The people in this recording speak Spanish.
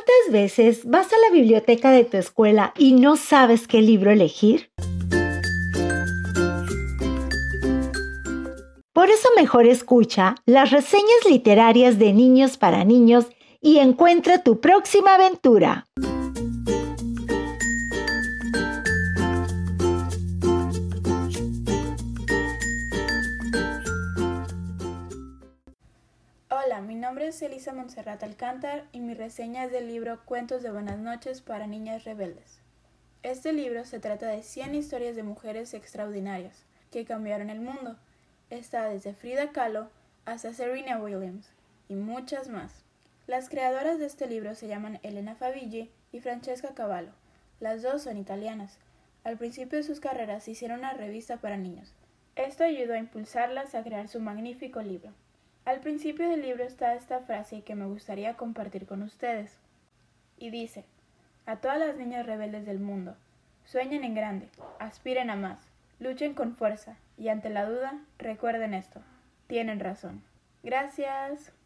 ¿Cuántas veces vas a la biblioteca de tu escuela y no sabes qué libro elegir? Por eso mejor escucha las reseñas literarias de Niños para Niños y encuentra tu próxima aventura. Hola, mi nombre es Elisa Montserrat Alcántar y mi reseña es del libro Cuentos de Buenas Noches para Niñas Rebeldes. Este libro se trata de 100 historias de mujeres extraordinarias que cambiaron el mundo. Está desde Frida Kahlo hasta Serena Williams y muchas más. Las creadoras de este libro se llaman Elena Favilli y Francesca Cavallo. Las dos son italianas. Al principio de sus carreras hicieron una revista para niños. Esto ayudó a impulsarlas a crear su magnífico libro. Al principio del libro está esta frase que me gustaría compartir con ustedes. Y dice: a todas las niñas rebeldes del mundo, sueñen en grande, aspiren a más, luchen con fuerza y ante la duda, recuerden esto: tienen razón. Gracias.